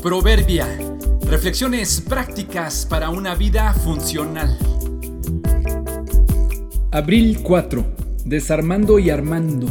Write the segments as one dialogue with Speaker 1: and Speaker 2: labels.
Speaker 1: Proverbia. Reflexiones prácticas para una vida funcional.
Speaker 2: Abril 4. Desarmando y armando.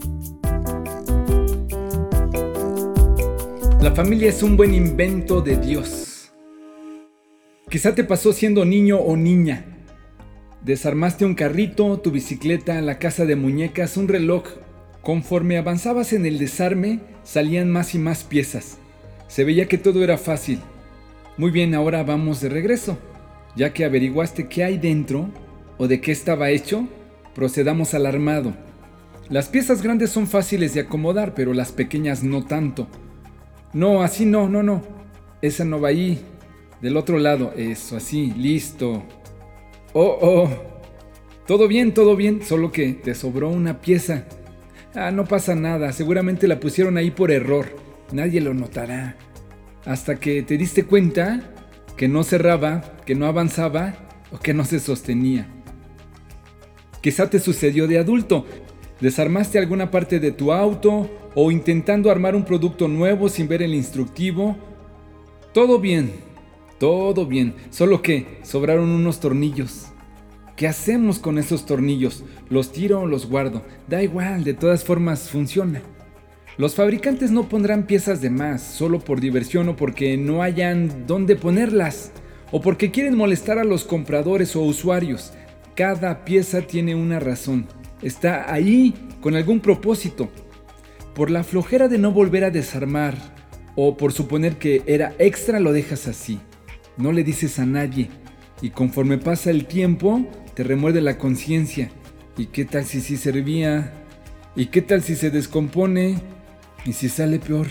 Speaker 2: La familia es un buen invento de Dios. Quizá te pasó siendo niño o niña. Desarmaste un carrito, tu bicicleta, la casa de muñecas, un reloj. Conforme avanzabas en el desarme, salían más y más piezas. Se veía que todo era fácil. Muy bien, ahora vamos de regreso. Ya que averiguaste qué hay dentro o de qué estaba hecho, procedamos al armado. Las piezas grandes son fáciles de acomodar, pero las pequeñas no tanto. No, así no. Esa no va ahí. Del otro lado, eso, así, listo. Oh. Todo bien, solo que te sobró una pieza. No pasa nada, seguramente la pusieron ahí por error. Nadie lo notará. Hasta que te diste cuenta que no cerraba, que no avanzaba o que no se sostenía. Quizá te sucedió de adulto. Desarmaste alguna parte de tu auto o intentando armar un producto nuevo sin ver el instructivo. Todo bien, solo que sobraron unos tornillos. ¿Qué hacemos con esos tornillos? ¿Los tiro o los guardo? Da igual, de todas formas funciona. Los fabricantes no pondrán piezas de más solo por diversión o porque no hayan dónde ponerlas o porque quieren molestar a los compradores o usuarios. Cada pieza tiene una razón. Está ahí con algún propósito. Por la flojera de no volver a desarmar o por suponer que era extra, lo dejas así. No le dices a nadie y conforme pasa el tiempo te remuerde la conciencia. ¿Y qué tal si sí servía? ¿Y qué tal si se descompone? ¿Y si sale peor?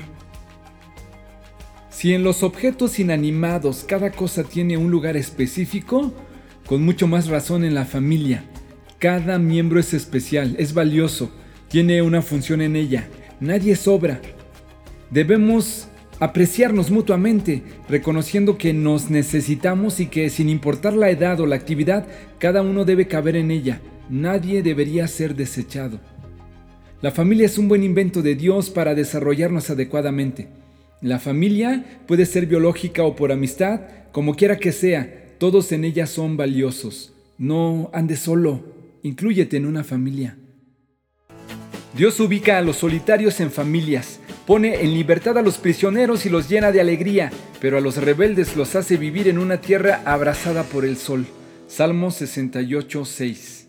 Speaker 2: Si en los objetos inanimados cada cosa tiene un lugar específico, con mucho más razón en la familia. Cada miembro es especial, es valioso, tiene una función en ella. Nadie sobra. Debemos apreciarnos mutuamente, reconociendo que nos necesitamos y que sin importar la edad o la actividad, cada uno debe caber en ella. Nadie debería ser desechado. La familia es un buen invento de Dios para desarrollarnos adecuadamente. La familia puede ser biológica o por amistad, como quiera que sea, todos en ella son valiosos. No andes solo, inclúyete en una familia. Dios ubica a los solitarios en familias, pone en libertad a los prisioneros y los llena de alegría, pero a los rebeldes los hace vivir en una tierra abrazada por el sol. Salmo 68:6.